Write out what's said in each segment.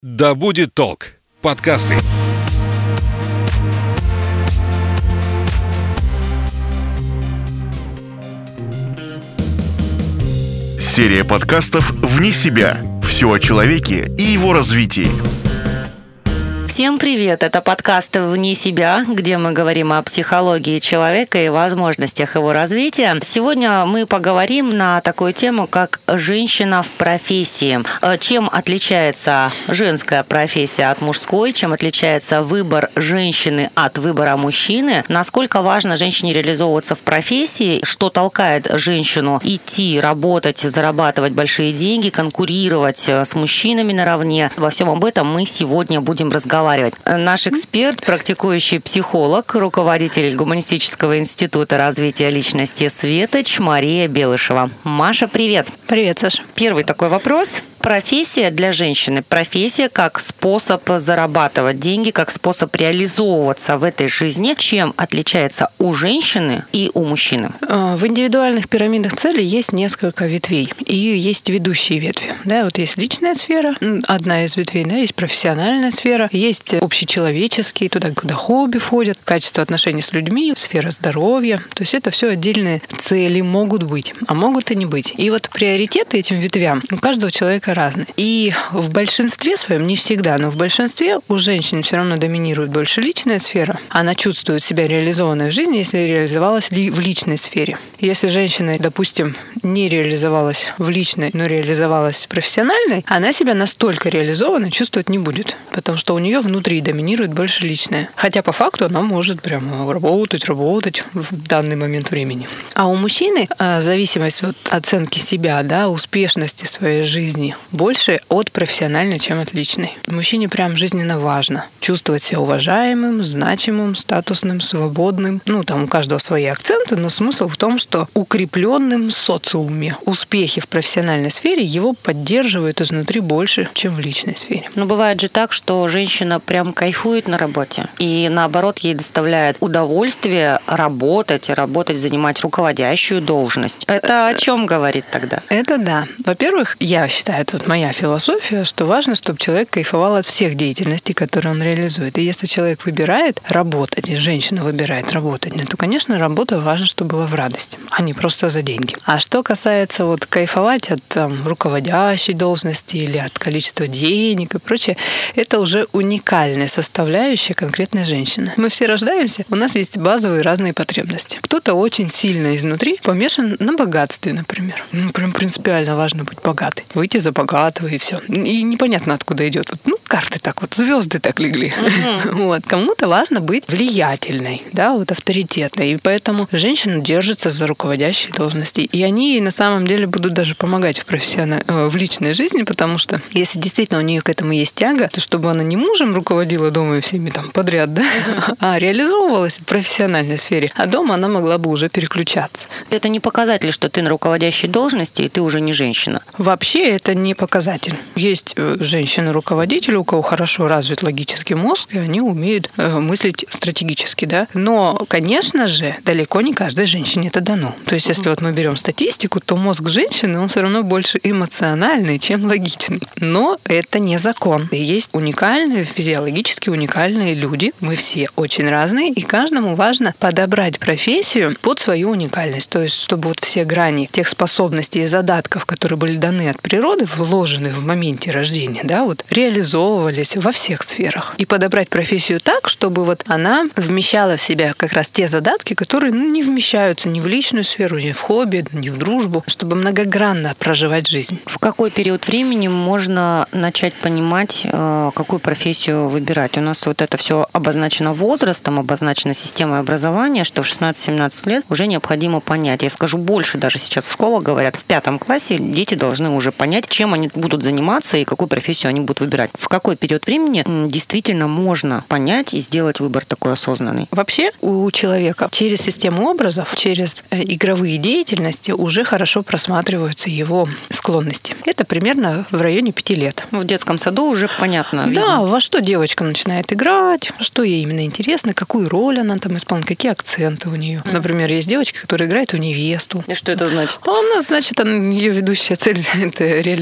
Да будет толк. Подкасты. Серия подкастов «Вне себя». Все о человеке и его развитии. Всем привет! Это подкаст «Вне себя», где мы говорим о психологии человека и возможностях его развития. Сегодня мы поговорим на такую тему, как «женщина в профессии». Чем отличается женская профессия от мужской, чем отличается выбор женщины от выбора мужчины, насколько важно женщине реализовываться в профессии, что толкает женщину идти, работать, зарабатывать большие деньги, конкурировать с мужчинами наравне. Во всем об этом мы сегодня будем разговаривать. Наш эксперт, практикующий психолог, руководитель Гуманистического института развития личности «Светоч» Мария Белышева. Маша, привет! Привет, Саша. Первый такой вопрос. Профессия для женщины. Профессия как способ зарабатывать деньги, как способ реализовываться в этой жизни. Чем отличается у женщины и у мужчины? В индивидуальных пирамидах целей есть несколько ветвей. И есть ведущие ветви. Да, вот есть личная сфера, одна из ветвей, да, есть профессиональная сфера, есть общечеловеческие, туда, куда хобби входят, качество отношений с людьми, сфера здоровья. То есть это все отдельные цели могут быть, а могут и не быть. И вот приоритеты этим ветвям у каждого человека разные. И в большинстве своем, не всегда, но в большинстве у женщин все равно доминирует больше личная сфера. Она чувствует себя реализованной в жизни, если реализовалась в личной сфере. Если женщина, допустим, не реализовалась в личной, но реализовалась в профессиональной, она себя настолько реализованной чувствовать не будет, потому что у нее внутри доминирует больше личное. Хотя по факту она может прямо работать в данный момент времени. А у мужчины зависимость от оценки себя, да, успешности своей жизни больше от профессиональной, чем от личной. Мужчине прям жизненно важно чувствовать себя уважаемым, значимым, статусным, свободным. Там у каждого свои акценты, но смысл в том, что укрепленным в социуме. Успехи в профессиональной сфере его поддерживают изнутри больше, чем в личной сфере. Но бывает же так, что женщина прям кайфует на работе, и наоборот ей доставляет удовольствие работать, занимать руководящую должность. Это о чем говорит тогда? Это да. Во-первых, я считаю, это моя философия, что важно, чтобы человек кайфовал от всех деятельностей, которые он реализует. И если человек выбирает работать, и женщина выбирает работать, то, конечно, работа важно, чтобы была в радость, а не просто за деньги. А что касается кайфовать от руководящей должности или от количества денег и прочее, это уже уникальная составляющая конкретной женщины. Мы все рождаемся, у нас есть базовые разные потребности. Кто-то очень сильно изнутри помешан на богатстве, например. Прям принципиально важно быть богатой. Выйти за богатого и все. И непонятно, откуда идет. Карты так, звезды так легли. Кому-то важно быть влиятельной, да, авторитетной. И поэтому женщина держится за руководящие должности. И они ей на самом деле будут даже помогать в личной жизни, потому что если действительно у нее к этому есть тяга, то чтобы она не мужем руководила дома и всеми подряд, да, а реализовывалась в профессиональной сфере, а дома она могла бы уже переключаться. Это не показатель, что ты на руководящей должности, и ты уже не женщина. Вообще это не показатель. Есть женщины-руководители, у кого хорошо развит логический мозг, и они умеют мыслить стратегически, да. Но, конечно же, далеко не каждой женщине это дано. То есть, если мы берем статистику, то мозг женщины, он все равно больше эмоциональный, чем логичный. Но это не закон. И есть уникальные, физиологически уникальные люди. Мы все очень разные, и каждому важно подобрать профессию под свою уникальность. То есть, чтобы все грани тех способностей и задатков, которые были даны от природы, вложены в моменте рождения, да, реализовывались во всех сферах. И подобрать профессию так, чтобы она вмещала в себя как раз те задатки, которые не вмещаются ни в личную сферу, ни в хобби, ни в дружбу, чтобы многогранно проживать жизнь. В какой период времени можно начать понимать, какую профессию выбирать? У нас это все обозначено возрастом, обозначено системой образования, что в 16-17 лет уже необходимо понять. Я скажу больше, даже сейчас в школах говорят, в 5 классе дети должны уже понять, чем они будут заниматься и какую профессию они будут выбирать. В какой период времени действительно можно понять и сделать выбор такой осознанный? Вообще у человека через систему образов, через игровые деятельности уже хорошо просматриваются его склонности. Это примерно в районе 5 лет. В детском саду уже понятно. Видно. Да, во что девочка начинает играть, что ей именно интересно, какую роль она там исполняет, какие акценты у нее. Например, есть девочка, которая играет в невесту. И что это значит? Значит, ее ведущая цель – это реализовать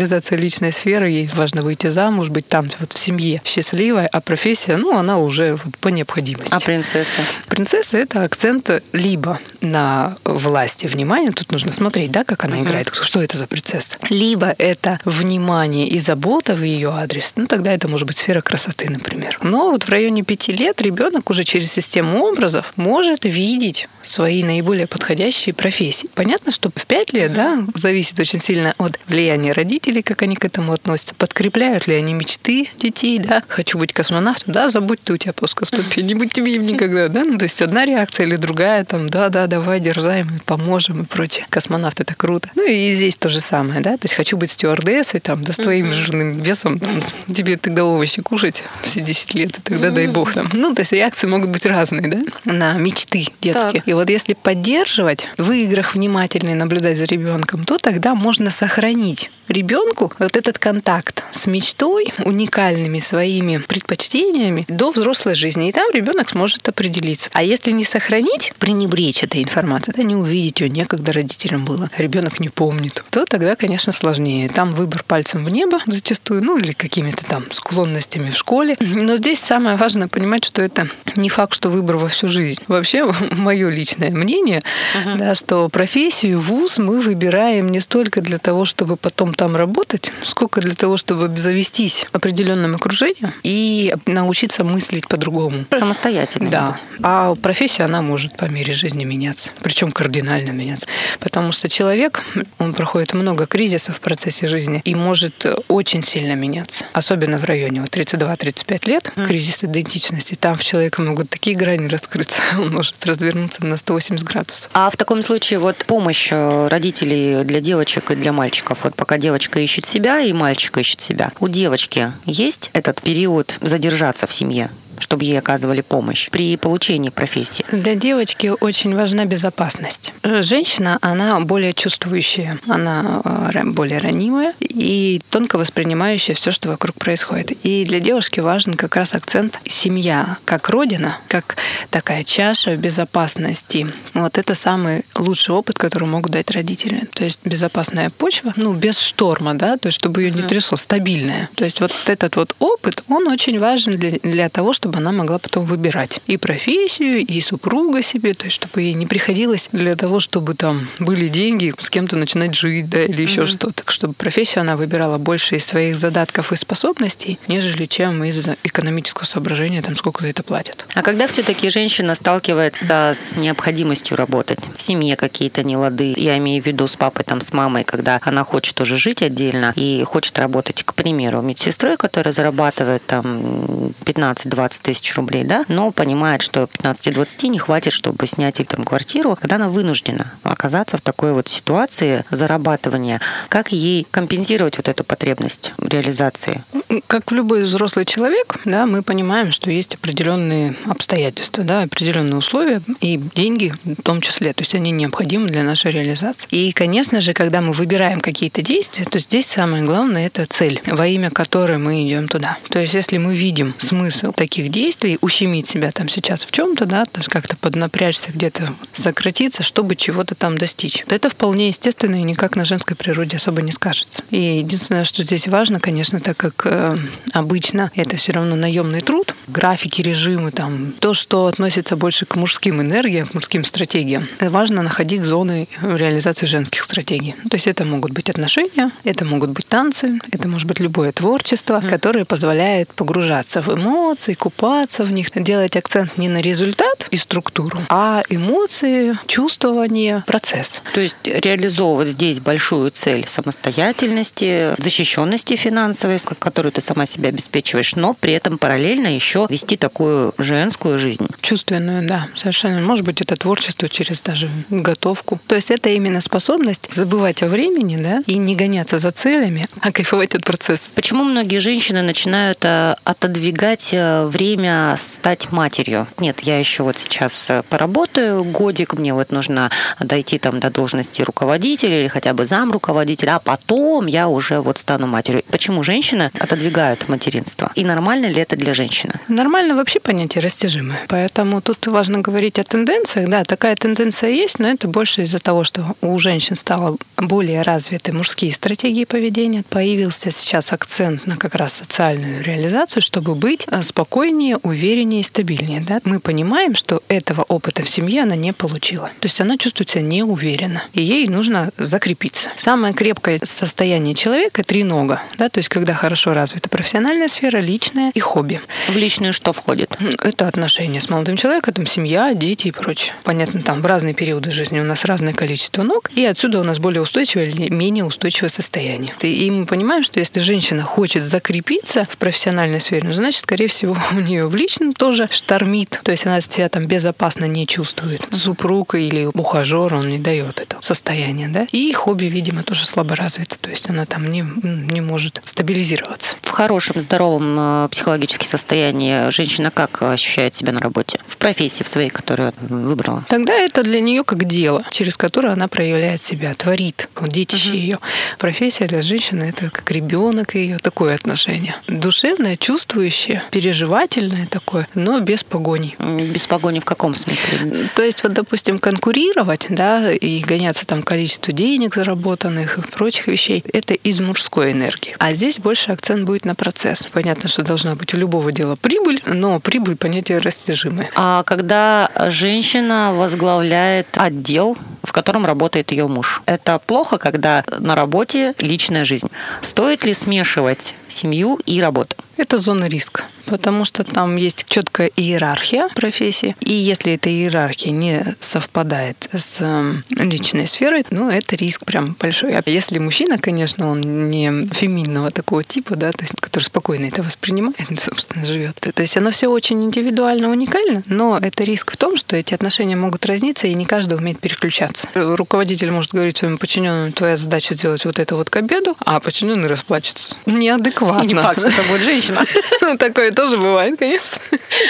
реализация личной сферы, ей важно выйти замуж, быть там вот в семье счастливой, а профессия, она уже вот по необходимости. А принцесса? Принцесса — это акцент либо на власти, внимание, тут нужно смотреть, да, как она играет, что это за принцесса. Либо это внимание и забота в ее адрес, тогда это может быть сфера красоты, например. Но вот в районе 5 лет ребенок уже через систему образов может видеть свои наиболее подходящие профессии. Понятно, что в 5 лет, да, зависит очень сильно от влияния родителей, как они к этому относятся, подкрепляют ли они мечты детей, да, хочу быть космонавтом, да, забудь ты, у тебя плоскостопие, не быть тебе им никогда, да, то есть одна реакция или другая, там, да, давай, дерзай, мы поможем и прочее. Космонавт — это круто. И здесь то же самое, да, то есть хочу быть стюардессой, там, да, с твоим жирным весом, там, тебе тогда овощи кушать все 10 лет, и тогда дай бог там. То есть реакции могут быть разные, да, на мечты детские. Так. И вот если поддерживать, в играх внимательно наблюдать за ребенком, то тогда можно сохранить ребенку вот этот контакт с мечтой, уникальными своими предпочтениями до взрослой жизни. И там ребенок сможет определиться. А если не сохранить, пренебречь этой информацией, да, не увидеть ее, некогда родителям было, ребенок не помнит, то тогда, конечно, сложнее. Там выбор пальцем в небо зачастую, или какими-то там склонностями в школе. Но здесь самое важное понимать, что это не факт, что выбор во всю жизнь. Вообще, мое личное мнение, да, что профессию, вуз мы выбираем не столько для того, чтобы потом там работать, сколько для того, чтобы обзавестись определенным окружением и научиться мыслить по-другому. Самостоятельно. Да. Быть. А профессия, она может по мере жизни меняться. Причем кардинально меняться. Потому что человек, он проходит много кризисов в процессе жизни и может очень сильно меняться. Особенно в районе 32-35 лет, кризис идентичности. Там в человека могут такие грани раскрыться, он может развернуться на 180 градусов. А в таком случае помощь родителей для девочек и для мальчиков, пока девочка ищет себя и мальчик ищет себя, у девочки есть этот период задержаться в семье, чтобы ей оказывали помощь при получении профессии? Для девочки очень важна безопасность. Женщина, она более чувствующая, она более ранимая и тонко воспринимающая все, что вокруг происходит. И для девушки важен как раз акцент семья, как родина, как такая чаша безопасности. Вот это самый лучший опыт, который могут дать родители. То есть безопасная почва, без шторма, да, то есть чтобы ее не трясло, стабильная. То есть вот этот опыт, он очень важен для того, чтобы она могла потом выбирать и профессию, и супруга себе, то есть чтобы ей не приходилось для того, чтобы там были деньги, с кем-то начинать жить, да, или еще что-то. Чтобы профессию она выбирала больше из своих задатков и способностей, нежели чем из экономического соображения, там, сколько за это платят. А когда все-таки женщина сталкивается с необходимостью работать, в семье какие-то нелады, я имею в виду с папой, там, с мамой, когда она хочет уже жить отдельно и хочет работать, к примеру, медсестрой, которая зарабатывает там 15-20 тысяч рублей, да, но понимает, что 15-20 не хватит, чтобы снять там квартиру, когда она вынуждена оказаться в такой ситуации зарабатывания. Как ей компенсировать эту потребность реализации? Как любой взрослый человек, да, мы понимаем, что есть определенные обстоятельства, да, определенные условия и деньги в том числе, то есть они необходимы для нашей реализации. И, конечно же, когда мы выбираем какие-то действия, то здесь самое главное — это цель, во имя которой мы идем туда. То есть если мы видим смысл таких действий, ущемить себя там сейчас в чем-то, да, то есть как-то поднапрячься, где-то сократиться, чтобы чего-то там достичь. Это вполне естественно и никак на женской природе особо не скажется. И единственное, что здесь важно, конечно, так как обычно это все равно наемный труд, графики, режимы, там, то, что относится больше к мужским энергиям, к мужским стратегиям, важно находить зоны реализации женских стратегий. То есть это могут быть отношения, это могут быть танцы, это может быть любое творчество, которое позволяет погружаться в эмоции, купаться в них, делать акцент не на результат и структуру, а эмоции, чувствование, процесс. То есть реализовывать здесь большую цель самостоятельности, защищенности финансовой, которую ты сама себя обеспечиваешь, но при этом параллельно еще вести такую женскую жизнь. Чувственную, да, совершенно. Может быть, это творчество через даже готовку. То есть это именно способность забывать о времени, да, и не гоняться за целями, а кайфовать от процесса. Почему многие женщины начинают отодвигать в время стать матерью? Нет, я еще вот сейчас поработаю годик, мне вот нужно дойти там до должности руководителя или хотя бы замруководителя, а потом я уже вот стану матерью. Почему женщины отодвигают материнство? И нормально ли это для женщины? Нормально вообще понятие растяжимое. Поэтому тут важно говорить о тенденциях. Да, такая тенденция есть, но это больше из-за того, что у женщин стало более развиты мужские стратегии поведения. Появился сейчас акцент на как раз социальную реализацию, чтобы быть спокойнее, увереннее и стабильнее. Да? Мы понимаем, что этого опыта в семье она не получила. То есть она чувствует себя неуверенно, и ей нужно закрепиться. Самое крепкое состояние человека – тренога. Да? То есть когда хорошо развита профессиональная сфера, личная и хобби. В личную что входит? Это отношения с молодым человеком, там, семья, дети и прочее. Понятно, там в разные периоды жизни у нас разное количество ног, и отсюда у нас более устойчивое или менее устойчивое состояние. И мы понимаем, что если женщина хочет закрепиться в профессиональной сфере, ну, значит, скорее всего, у нее в личном тоже штормит, то есть она себя там безопасно не чувствует. Супруг или ухажер, он не дает этого состояния, да? И хобби, видимо, тоже слабо развито, то есть она там не может стабилизироваться. В хорошем, здоровом психологическом состоянии женщина как ощущает себя на работе? В профессии, в своей, которую выбрала? Тогда это для нее как дело, через которое она проявляет себя, творит, вот детище ее. Профессия для женщины – это как ребенок ее, такое отношение. Душевное, чувствующее, переживательное такое, но без погони. Без погони в каком смысле? То есть, вот, допустим, конкурировать, да, и гоняться там количеству денег заработанных и прочих вещей – это из мужской энергии. А здесь больше акцент будет на процесс. Понятно, что должна быть у любого дела прибыль, но прибыль – понятие растяжимое. А когда женщина возглавляет отдел, в котором работает ее муж, это плохо, когда на работе личная жизнь? Стоит ли смешивать семью и работу? Это зона риска, потому что там есть четкая иерархия профессии, и если эта иерархия не совпадает с личной сферой, ну, это риск прям большой. А если мужчина, конечно, он не феминного такого типа, да, то есть, который спокойно это воспринимает, собственно, живет. То есть оно все очень индивидуально, уникально, но это риск в том, что эти отношения могут разниться, и не каждый умеет переключаться. Руководитель может говорить своему подчиненному: твоя задача делать вот это вот к обеду, а подчиненный расплачется. Неадекватно. Не факт, что это будет женщина. Такое тоже бывает, конечно.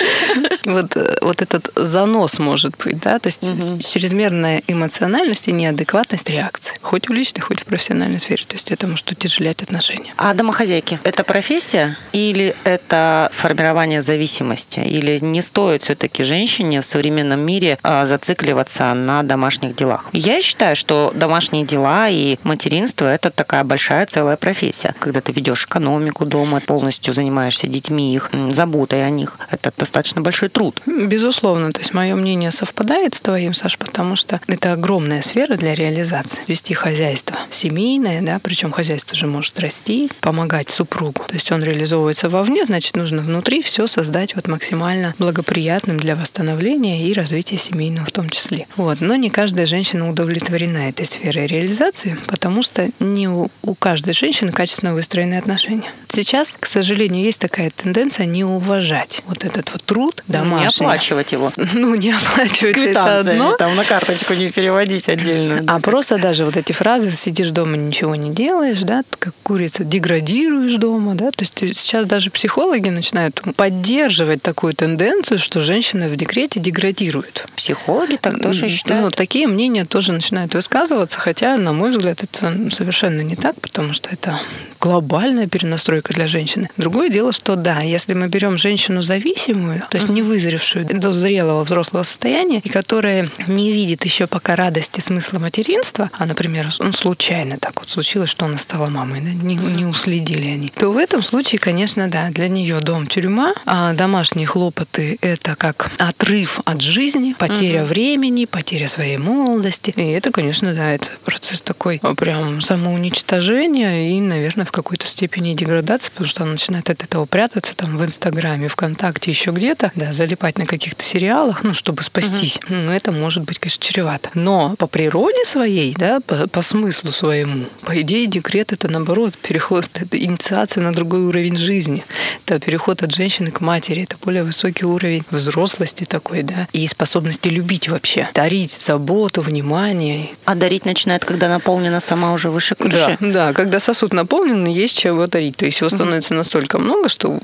Вот этот занос может быть, да, то есть чрезмерная эмоциональность и неадекватность реакции. Хоть в личной, хоть в профессиональной сфере. То есть это может утяжелять отношения. А домохозяйки – это профессия или это формирование зависимости? Или не стоит все-таки женщине в современном мире зацикливаться на домашних делах? Я считаю, что домашние дела и материнство – это такая большая целая профессия. Когда ты ведешь экономику дома, полностью занимаешься детьми, их заботой о них, это достаточно большой труд. Безусловно. То есть мое мнение совпадает с твоим, Саш, потому что это огромная сфера для реализации. Вести хозяйство семейное, да, причем хозяйство же может расти, помогать супругу. То есть он реализовывается вовне, значит, нужно внутри все создать вот максимально благоприятным для восстановления и развития семейного в том числе. Вот. Но не каждая женщина удовлетворена этой сферой реализации, потому что не у каждой женщины качественно выстроенные отношения. Сейчас, к сожалению, есть такая тенденция не уважать вот этот вот труд домашний. Не оплачивать его. Ну, не оплачивать это одно. Там на карточку не переводить отдельно. А просто даже вот эти фразы: сидишь дома, ничего не делаешь, да, как курица, деградируешь дома, да. То есть сейчас даже психологи начинают поддерживать такую тенденцию, что женщина в декрете деградирует. Психологи так тоже считают? Ну, такие мнения тоже начинают высказываться, хотя, на мой взгляд, это совершенно не так, потому что это глобальная перенастройка для женщины. Другое дело, что да, если мы берем женщину зависимую, то есть не вызревшую до зрелого взрослого состояния, и которая не видит еще пока радости, смысла материнства, а, например, случайно так вот случилось, что она стала мамой, да, не уследили они, то в этом случае, конечно, да, для нее дом тюрьма, а домашние хлопоты — это как отрыв от жизни, потеря времени, потеря своей молодости. И это, конечно, да, это процесс такой прям самоуничтожения и, наверное, в какой-то степени деградации, потому что она начинает от этого прятаться там в Инстаграме, ВКонтакте, еще где-то, да, залипать на каких-то сериалах, ну, чтобы спастись. Ну, это может быть, конечно, чревато. Но по природе своей, да, по смыслу своему, по идее, декрет — это, наоборот, переход, это инициация на другой уровень жизни. Это переход от женщины к матери, это более высокий уровень взрослости такой, да, и способности любить вообще, дарить заботу, внимание. А дарить начинает, когда наполнена сама уже выше крыши? Да, когда сосуд наполнен, есть чего дарить. То есть его становится настолько много, что важен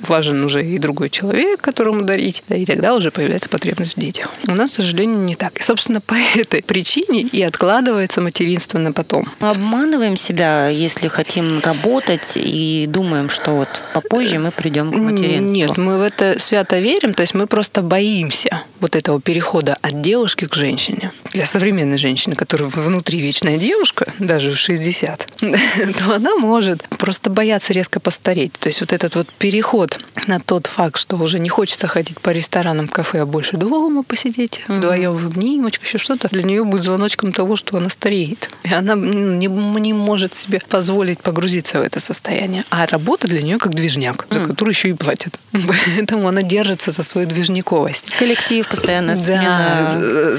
уже и другой человек, которому дарить, и тогда уже появляется потребность в детях. У нас, к сожалению, не так. И, собственно, по этой причине и откладывается материнство на потом. Мы обманываем себя, если хотим работать и думаем, что вот попозже мы придем к материнству. Нет, мы в это свято верим, то есть мы просто боимся вот этого перехода от девушки к женщине. Для современной женщины, которая внутри вечная девушка, даже в 60, то она может просто бояться резко постареть. То есть вот этот вот переход на тот факт, что уже не хочется ходить по ресторанам, кафе, а больше дома посидеть, вдвоем в обнимочку, еще что-то, для нее будет звоночком того, что она стареет. И она не может себе позволить погрузиться в это состояние. А работа для нее как движняк, за который еще и платят. Поэтому она держится за свою движниковость. Коллектив, постоянно смена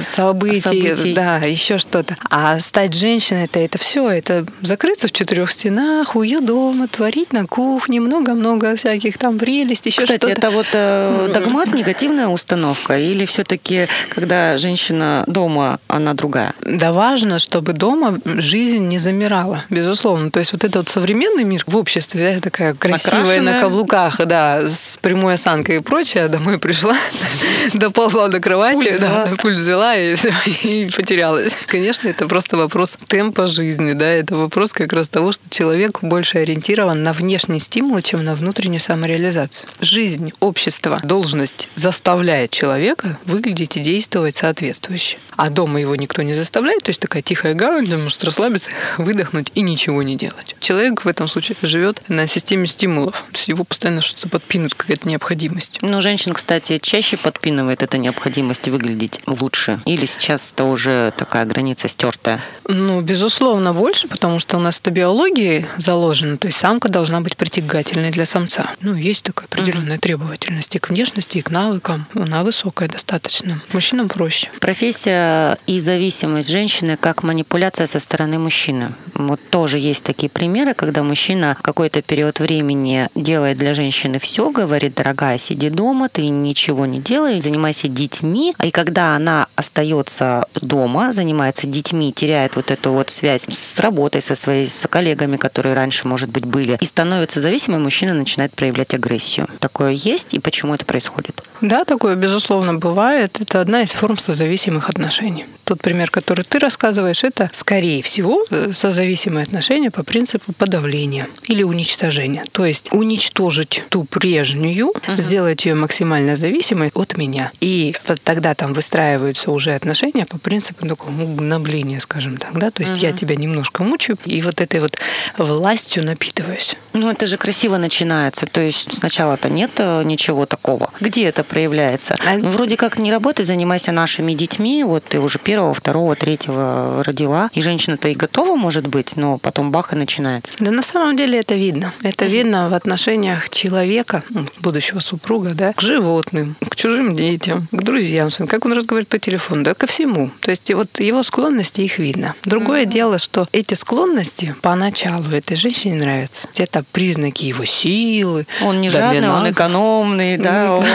событий, да, еще что-то. А стать женщиной это все, это закрыться в 4 стенах, уют дома, творить на кухне, много-много всяких там прелестей, еще Кстати, что-то. это вот догмат, негативная установка, или все-таки, когда женщина дома, она другая? Да, важно, чтобы дома жизнь не замирала, безусловно. То есть вот этот вот современный мир в обществе, да, такая красивая Накрашенная. на каблуках, да, с прямой осанкой и прочее, домой пришла, доползла до кровати, пульт взяла и всё, и потерялась. Конечно, это просто вопрос темпа жизни, да, это вопрос как раз того, что человек больше ориентирован на внешние стимулы, чем на внутреннюю самореализацию. Жизнь, общество, должность заставляет человека выглядеть и действовать соответствующе. А дома его никто не заставляет, то есть такая тихая гавань, где может расслабиться, выдохнуть и ничего не делать. Человек в этом случае живет на системе стимулов, то есть его постоянно что-то подпинут, какая-то необходимость. Но женщин, кстати, чаще подпинывает эта необходимость выглядеть лучше. Или сейчас это уже такая граница стертая? Ну, безусловно, больше, потому что у нас это биологией заложено. То есть самка должна быть притягательной для самца. Ну, есть такая определенная требовательность и к внешности, и к навыкам. Она высокая достаточно. Мужчинам проще. Профессия и зависимость женщины как манипуляция со стороны мужчины. Вот тоже есть такие примеры, когда мужчина какой-то период времени делает для женщины все, говорит: дорогая, сиди дома, ты ничего не делай, занимайся детьми. И когда она остается дома, занимается детьми, теряет вот эту вот связь с работой, с коллегами, которые раньше, может быть, были, и становится зависимой, мужчина начинает проявлять агрессию. Такое есть, и почему это происходит? Да, такое, безусловно, бывает. Это одна из форм созависимых отношений. Тот пример, который ты рассказываешь, это, скорее всего, созависимые отношения по принципу подавления или уничтожения. То есть уничтожить ту прежнюю, сделать ее максимально зависимой от меня. И тогда там выстраиваются уже отношения по принципу такого гнобления, скажем так. Да? То есть я тебя немножко мучаю, и вот этой вот властью напитываюсь. Ну, это же красиво начинается. То есть сначала-то нет ничего такого. Где это проявляется? Ну, вроде как не работай, занимайся нашими детьми. Вот ты уже 1, 2, 3 родила. И женщина-то и готова, может быть, но потом бах, и начинается. Да, на самом деле это видно. Это видно в отношениях человека, будущего супруга, да, к животным, к чужим детям, к друзьям своим. Как он разговаривает по телефону, да, ко всему. То есть вот его склонности, их видно. Другое дело, что эти склонности поначалу этой женщине нравятся. Это признаки его силы. Он не жадный, он экономный, да, он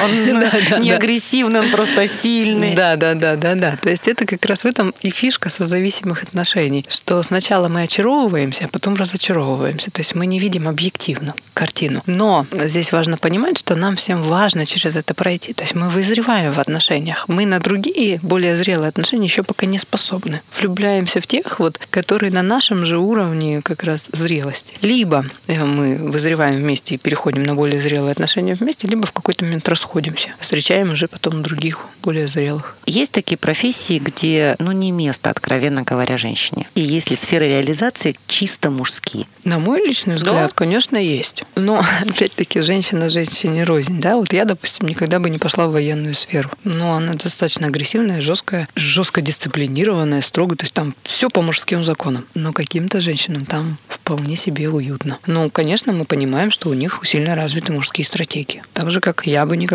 не агрессивный, он просто сильный. Да. То есть это как раз в этом и фишка созависимых отношений, что сначала мы очаровываемся, а потом разочаровываемся. То есть мы не видим объективно картину. Но здесь важно понимать, что нам всем важно через это пройти. То есть мы вызреваем в отношениях. Мы на другие, более зрелые отношения еще пока не способны. Влюбляемся в тех, вот, которые на нашем же уровне как раз зрелости. Либо мы вызреваем вместе и переходим на более зрелые отношения вместе, либо в какой-то момент расходимся. Встречаем уже потом других, более зрелых. Есть такие профессии, где, не место, откровенно говоря, женщине. И есть ли сферы реализации чисто мужские? На мой личный взгляд, конечно, есть. Но, опять-таки, женщина женщине рознь. Да? Вот я, допустим, никогда бы не пошла в военную сферу. Но она достаточно агрессивная, жесткая, жестко дисциплинированная, строгая. То есть там все по мужским законам. Но каким-то женщинам там вполне себе уютно. Ну, конечно, мы понимаем, что у них сильно развиты мужские стратегии. Так же, как я бы никогда не пошла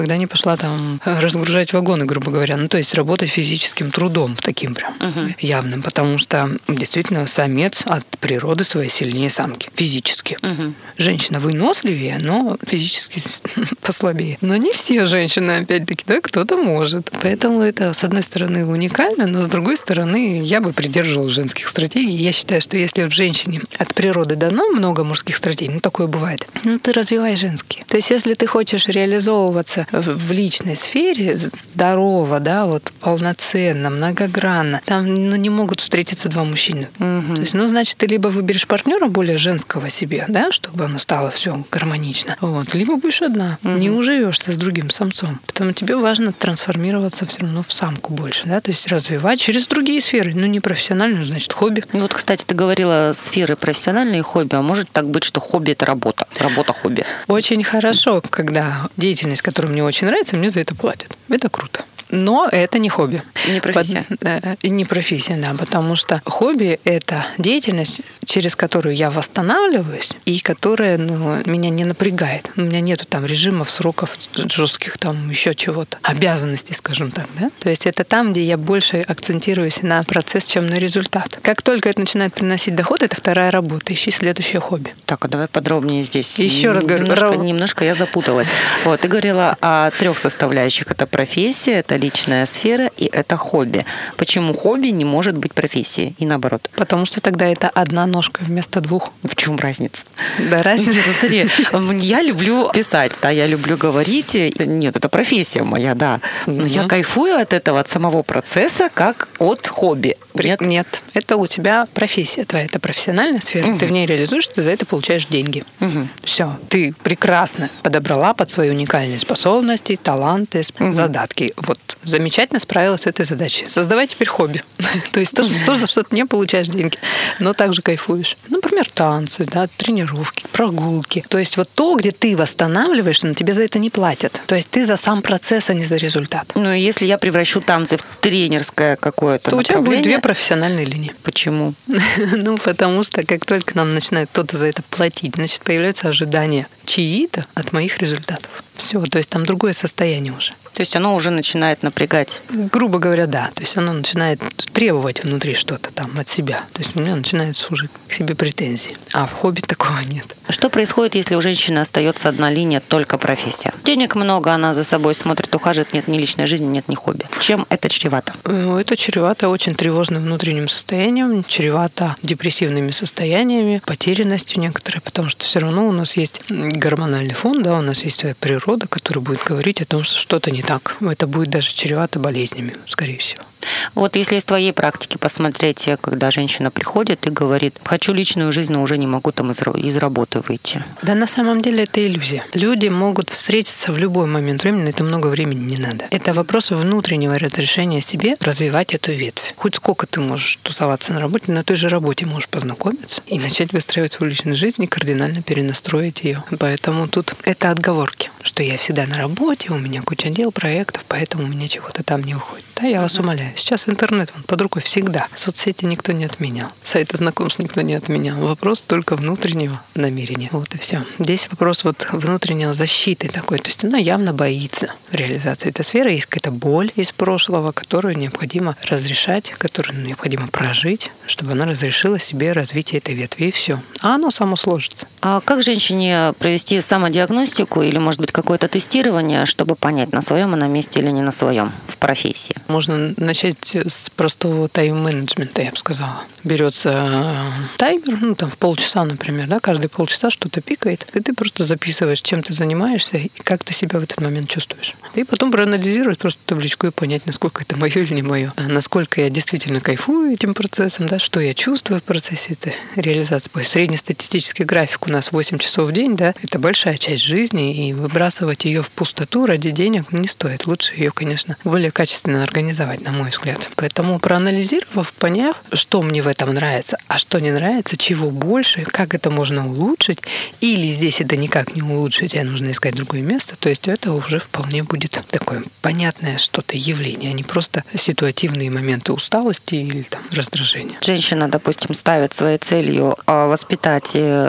пошла там разгружать вагоны, грубо говоря. Ну, то есть работать физическим трудом, таким прям явным. Потому что действительно самец от природы своей сильнее самки. Физически. Женщина выносливее, но физически послабее. Но не все женщины, опять-таки, да, кто-то может. Поэтому это, с одной стороны, уникально, но с другой стороны, я бы придерживалась женских стратегий. Я считаю, что если в женщине от природы дано много мужских стратегий, ну, такое бывает, ну, ты развивай женские. То есть, если ты хочешь реализовываться в личной сфере здорово, да, вот полноценно, многогранно, там, ну, не могут встретиться два мужчины. То есть, ну, значит, ты либо выберешь партнера более женского себе, да, чтобы оно стало все гармонично, вот, либо будешь одна, не уживешься с другим самцом. Поэтому тебе важно трансформироваться все равно в самку больше, да, то есть развивать через другие сферы, ну, не профессиональную, значит, хобби. Ну, вот, кстати, ты говорила сферы профессиональные и хобби, а может так быть, что хобби – это работа, работа-хобби? Очень хорошо, когда деятельность, которая мне очень нравится, мне за это платят. Это круто. Но это не хобби. Не профессия. Не профессия, да, потому что хобби – это деятельность, через которую я восстанавливаюсь и которая, ну, меня не напрягает. У меня нету там режимов, сроков жестких, там еще чего-то, обязанностей, скажем так, да. То есть это там, где я больше акцентируюсь на процесс, чем на результат. Как только это начинает приносить доход, это вторая работа. Ищи следующее хобби. Так, а давай подробнее здесь. Еще раз говорю. Немножко я запуталась. Вот, ты говорила о 3 составляющих. Это профессия, это личная сфера и это хобби. Почему хобби не может быть профессией и наоборот? Потому что тогда это одна ножка вместо 2. В чем разница? Да, разница. Смотри, я люблю писать, да, я люблю говорить. Нет, это профессия моя, да. Но я кайфую от этого, от самого процесса, как от хобби. Нет, это у тебя профессия твоя, это профессиональная сфера, ты в ней реализуешь, ты за это получаешь деньги. Все, ты прекрасно подобрала под свои уникальные способности, таланты, задатки. Вот замечательно справилась с этой задачей. Создавай теперь хобби. То есть тоже за что-то не получаешь деньги, но также кайфуешь. Например, танцы, да, тренировки, прогулки. То есть вот то, где ты восстанавливаешься, но тебе за это не платят. То есть ты за сам процесс, а не за результат. Ну, если я превращу танцы в тренерское какое-то то направление... у тебя будет 2 профессиональные линии. Почему? Ну, потому что как только нам начинает кто-то за это платить, значит, появляются ожидания чьи-то от моих результатов. Все, то есть там другое состояние уже. То есть оно уже начинает напрягать? Грубо говоря, да. То есть оно начинает требовать внутри что-то там от себя. То есть у меня начинаются уже к себе претензии. А в хобби такого нет. Что происходит, если у женщины остается одна линия, только профессия? Денег много, она за собой смотрит, ухаживает, нет ни личной жизни, нет ни хобби. Чем это чревато? Это чревато очень тревожным внутренним состоянием, чревато депрессивными состояниями, потерянностью некоторой, потому что все равно у нас есть гормональный фон, да, у нас есть своя природа, которая будет говорить о том, что что-то не так. Это будет даже чревато болезнями, скорее всего. Вот если из твоей практики посмотреть, когда женщина приходит и говорит, хочу личную жизнь, но уже не могу там из работы выйти. Да, на самом деле это иллюзия. Люди могут встретиться в любой момент времени, это много времени не надо. Это вопрос внутреннего разрешения себе развивать эту ветвь. Хоть сколько ты можешь тусоваться на работе, на той же работе можешь познакомиться и начать выстраивать свою личную жизнь и кардинально перенастроить ее. Поэтому тут это отговорки, что я всегда на работе, у меня куча дел, проектов, поэтому у меня чего-то там не уходит. Да, я вас умоляю. Сейчас интернет под рукой всегда. Соцсети никто не отменял. Сайты знакомств никто не отменял. Вопрос только внутреннего намерения. Вот и все. Здесь вопрос вот внутреннего защиты такой. То есть она явно боится реализации этой сферы. Есть какая-то боль из прошлого, которую необходимо разрешать, которую необходимо прожить, чтобы она разрешила себе развитие этой ветви, и все. А оно само сложится. А как женщине провести самодиагностику или, может быть, какое-то тестирование, чтобы понять, на своем она месте или не на своем в профессии? Можно начать с простого тайм-менеджмента, я бы сказала. Берется таймер, там в полчаса, например, да, каждые полчаса что-то пикает, и ты просто записываешь, чем ты занимаешься и как ты себя в этот момент чувствуешь. И потом проанализировать просто табличку и понять, насколько это мое или не мое, насколько я действительно кайфую этим процессом, да, что я чувствую в процессе этой реализации. Среднестатистический график у нас 8 часов в день, да, это большая часть жизни, и выбрасывать ее в пустоту ради денег не стоит. Лучше ее, конечно, более качественно организовать, на мой взгляд. Поэтому, проанализировав, поняв, что мне в этом нравится, а что не нравится, чего больше, как это можно улучшить, или здесь это никак не улучшить, а нужно искать другое место, то есть это уже вполне будет такое понятное что-то явление, а не просто ситуативные моменты усталости или там раздражения. Женщина, допустим, ставит своей целью воспитать детей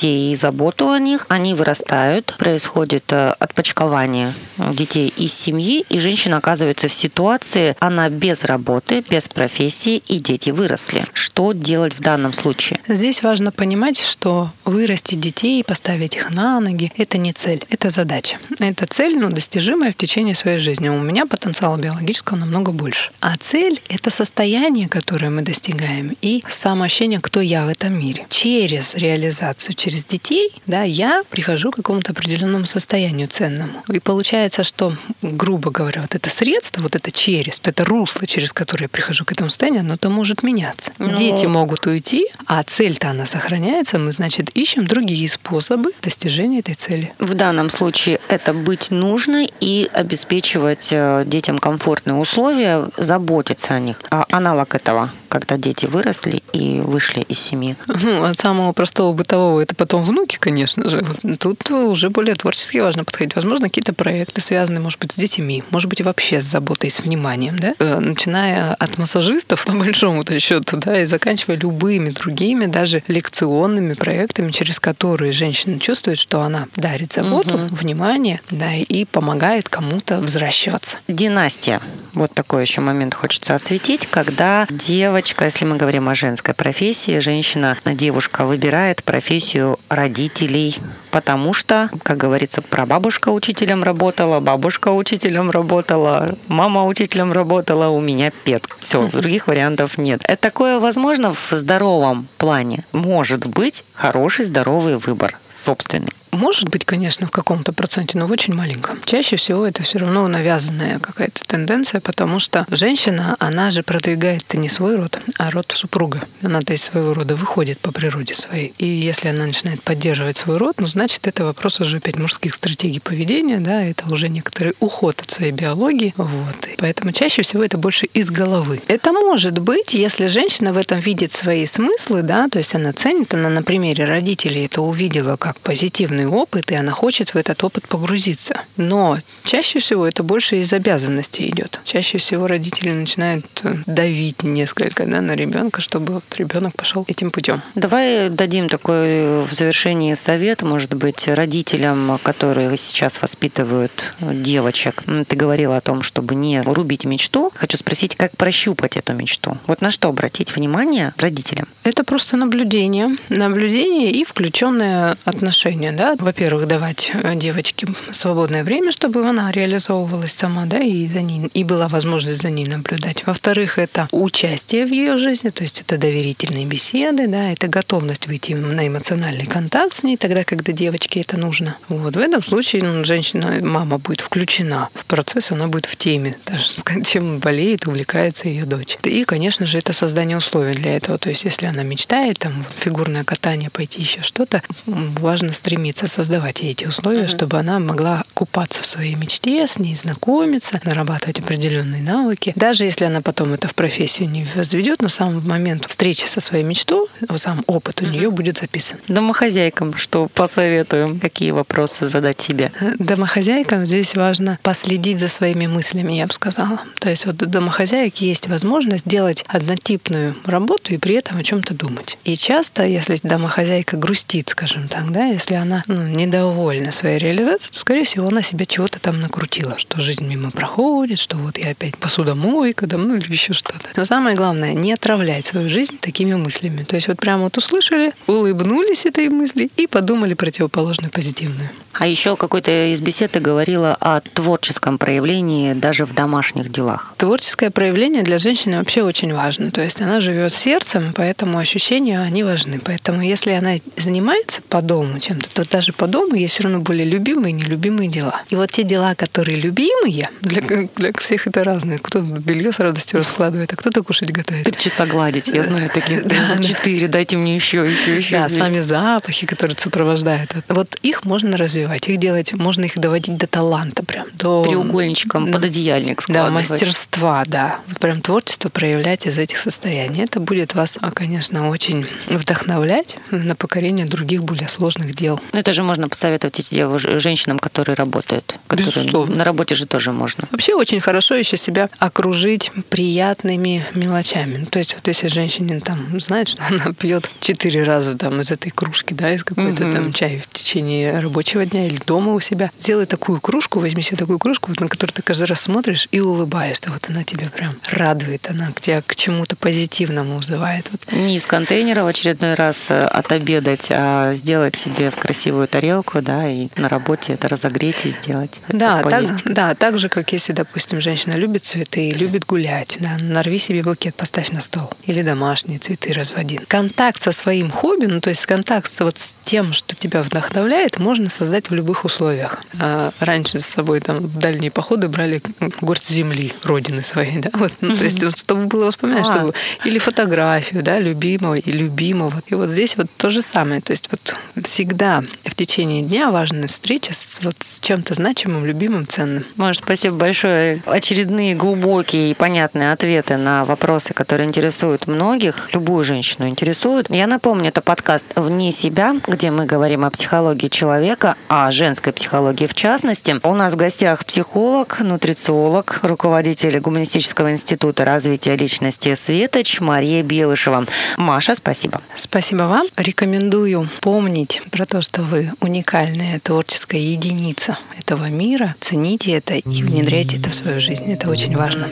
детей и заботу о них. Они вырастают, происходит отпочкование детей из семьи, и женщина оказывается в ситуации, она без работы, без профессии, и дети выросли. Что делать в данном случае? Здесь важно понимать, что вырастить детей, поставить их на ноги – это не цель, это задача. Это цель, достижимая в течение своей жизни. У меня потенциала биологического намного больше. А цель – это состояние, которое мы достигаем, и самоощущение, кто я в этом мире. Через реализацию, через детей, я прихожу к какому-то определенному состоянию ценному. И получается, что, грубо говоря, вот это средство, вот это через, вот это русло, через которое я прихожу к этому состоянию, оно то может меняться. Дети могут уйти, а цель-то она сохраняется. Мы, значит, ищем другие способы достижения этой цели. В данном случае это быть нужной и обеспечивать детям комфортные условия, заботиться о них. А аналог этого, когда дети выросли и вышли из семьи? От самого простого бытового это потом внуки, конечно же. Тут уже более творчески важно подходить. Возможно, какие-то проекты связаны, может быть, с детьми, может быть, вообще с заботой, с вниманием, начиная от массажистов, по большому-то счету, и заканчивая любыми другими, даже лекционными проектами, через которые женщина чувствует, что она дарит заботу, внимание, и помогает кому-то взращиваться. Династия. Вот такой еще момент хочется осветить, когда девочка, если мы говорим о женской профессии, девушка выбирает профессию родителей, потому что, как говорится, прабабушка учителем работала, бабушка учителем работала, мама учителем работала, у меня пед. Все, других вариантов нет. Это такое возможно в здоровом плане. Может быть хороший здоровый выбор собственный. Может быть, конечно, в каком-то проценте, но в очень маленьком. Чаще всего это все равно навязанная какая-то тенденция, потому что женщина, она же продвигает не свой род, а род супруга. Она-то из своего рода выходит по природе своей. И если она начинает поддерживать свой род, значит, это вопрос уже опять мужских стратегий поведения, это уже некоторый уход от своей биологии. И поэтому чаще всего это больше из головы. Это может быть, если женщина в этом видит свои смыслы, то есть она ценит, она на примере родителей это увидела как позитивный опыт, и она хочет в этот опыт погрузиться. Но чаще всего это больше из обязанностей идет. Чаще всего родители начинают давить несколько на ребенка, чтобы ребенок пошел этим путем. Давай дадим такой в завершении совет, может быть, родителям, которые сейчас воспитывают девочек. Ты говорила о том, чтобы не рубить мечту. Хочу спросить, как прощупать эту мечту? Вот на что обратить внимание родителям? Это просто наблюдение и включенное отношение. Во-первых, давать девочке свободное время, чтобы она реализовывалась сама, и была возможность за ней наблюдать. Во-вторых, это участие в ее жизни, то есть это доверительные беседы, это готовность выйти на эмоциональный контакт с ней тогда, когда девочке это нужно. В этом случае женщина, мама будет включена в процесс, она будет в теме, даже чем болеет, увлекается ее дочь. И, конечно же, это создание условий для этого. То есть, если она мечтает, фигурное катание, пойти еще что-то, важно стремиться создавать ей эти условия, чтобы она могла купаться в своей мечте, с ней знакомиться, нарабатывать определенные навыки. Даже если она потом это в профессию не возведет, но сам момент встречи со своей мечтой, сам опыт у нее будет записан. Домохозяйкам что посоветуем? Какие вопросы задать себе? Домохозяйкам здесь важно последить за своими мыслями, я бы сказала. То есть у домохозяек есть возможность делать однотипную работу и при этом о чем-то думать. И часто, если домохозяйка грустит, скажем так, если она недовольна своей реализацией, то, скорее всего, она себя чего-то там накрутила, что жизнь мимо проходит, что я опять посудомойка, или еще что-то. Но самое главное, не отравлять свою жизнь такими мыслями. То есть прямо услышали, улыбнулись этой мысли и подумали противоположную, позитивную. А еще какой-то из бесед ты говорила о творческом проявлении даже в домашних делах. Творческое проявление для женщины вообще очень важно. То есть она живет сердцем, поэтому ощущения, они важны. Поэтому если она занимается по дому чем-то, то даже по дому есть все равно более любимые и нелюбимые дела. И те дела, которые любимые, для всех это разные. Кто-то белье с радостью раскладывает, а кто-то кушать готовит. 3 часа гладить, я знаю таких. 4, дайте мне еще. Да, сами запахи, которые сопровождают. Их можно развивать развивать, их делать, можно их доводить до таланта прям, до... Треугольничком под одеяльник складывать. Да, мастерства, да. Вот прям творчество проявлять из этих состояний. Это будет вас, конечно, очень вдохновлять на покорение других более сложных дел. Это же можно посоветовать женщинам, которые работают. Безусловно. На работе же тоже можно. Вообще очень хорошо еще себя окружить приятными мелочами. То есть вот если женщина там знает, что она пьет 4 раза там из этой кружки, да, из какой-то там чай в течение рабочего дня или дома у себя, сделай такую кружку, возьми себе такую кружку, вот, на которую ты каждый раз смотришь и улыбаешься. Вот она тебя прям радует, она тебя к чему-то позитивному вызывает. Вот. Не из контейнера в очередной раз отобедать, а сделать себе в красивую тарелку, да, и на работе это разогреть и сделать. Да, так же, как если, допустим, женщина любит цветы и любит гулять, да, нарви себе букет, поставь на стол. Или домашние цветы разводи. Контакт со своим хобби, то есть контакт вот с тем, что тебя вдохновляет, можно создать в любых условиях. Раньше с собой там в дальние походы брали горсть земли, родины своей, да, вот, то есть чтобы было воспоминать, чтобы или фотографию, да, любимого и любимого. И вот здесь вот то же самое, то есть вот всегда в течение дня важна встреча с чем-то значимым, любимым, ценным. Маш, спасибо большое. Очередные глубокие и понятные ответы на вопросы, которые интересуют многих, любую женщину интересуют. Я напомню, это подкаст «Вне себя», где мы говорим о психологии человека, о женской психологии в частности. У нас в гостях психолог, нутрициолог, руководитель Гуманистического института развития личности «Светоч» Мария Белышева. Маша, спасибо. Спасибо вам. Рекомендую помнить про то, что вы уникальная творческая единица этого мира. Цените это и внедряйте это в свою жизнь. Это очень важно.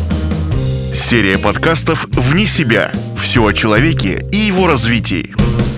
Серия подкастов «Вне себя». Все о человеке и его развитии.